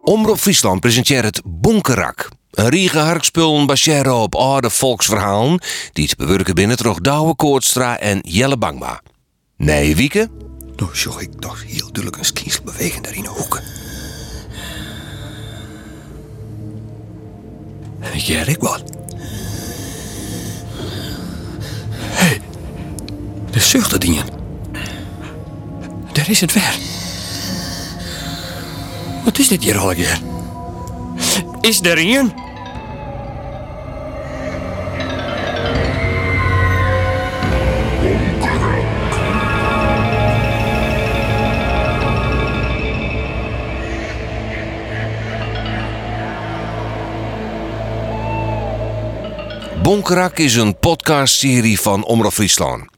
Omroep Friesland presenteert het Bonkerak. Een riege harkspullen baseren op oude volksverhalen die te bewerken binnen door Douwe Koortstra en Jelle Bangma. Nee, Wieke? Nou zag ik toch heel duidelijk een skinsel bewegen daar in de hoek. En ik hoor ik wat. Hé, de zuchterdingen. Daar is het weer. Wat is dit hier al een keer? Is er een? Bonkerak is een podcastserie van Omroep Friesland.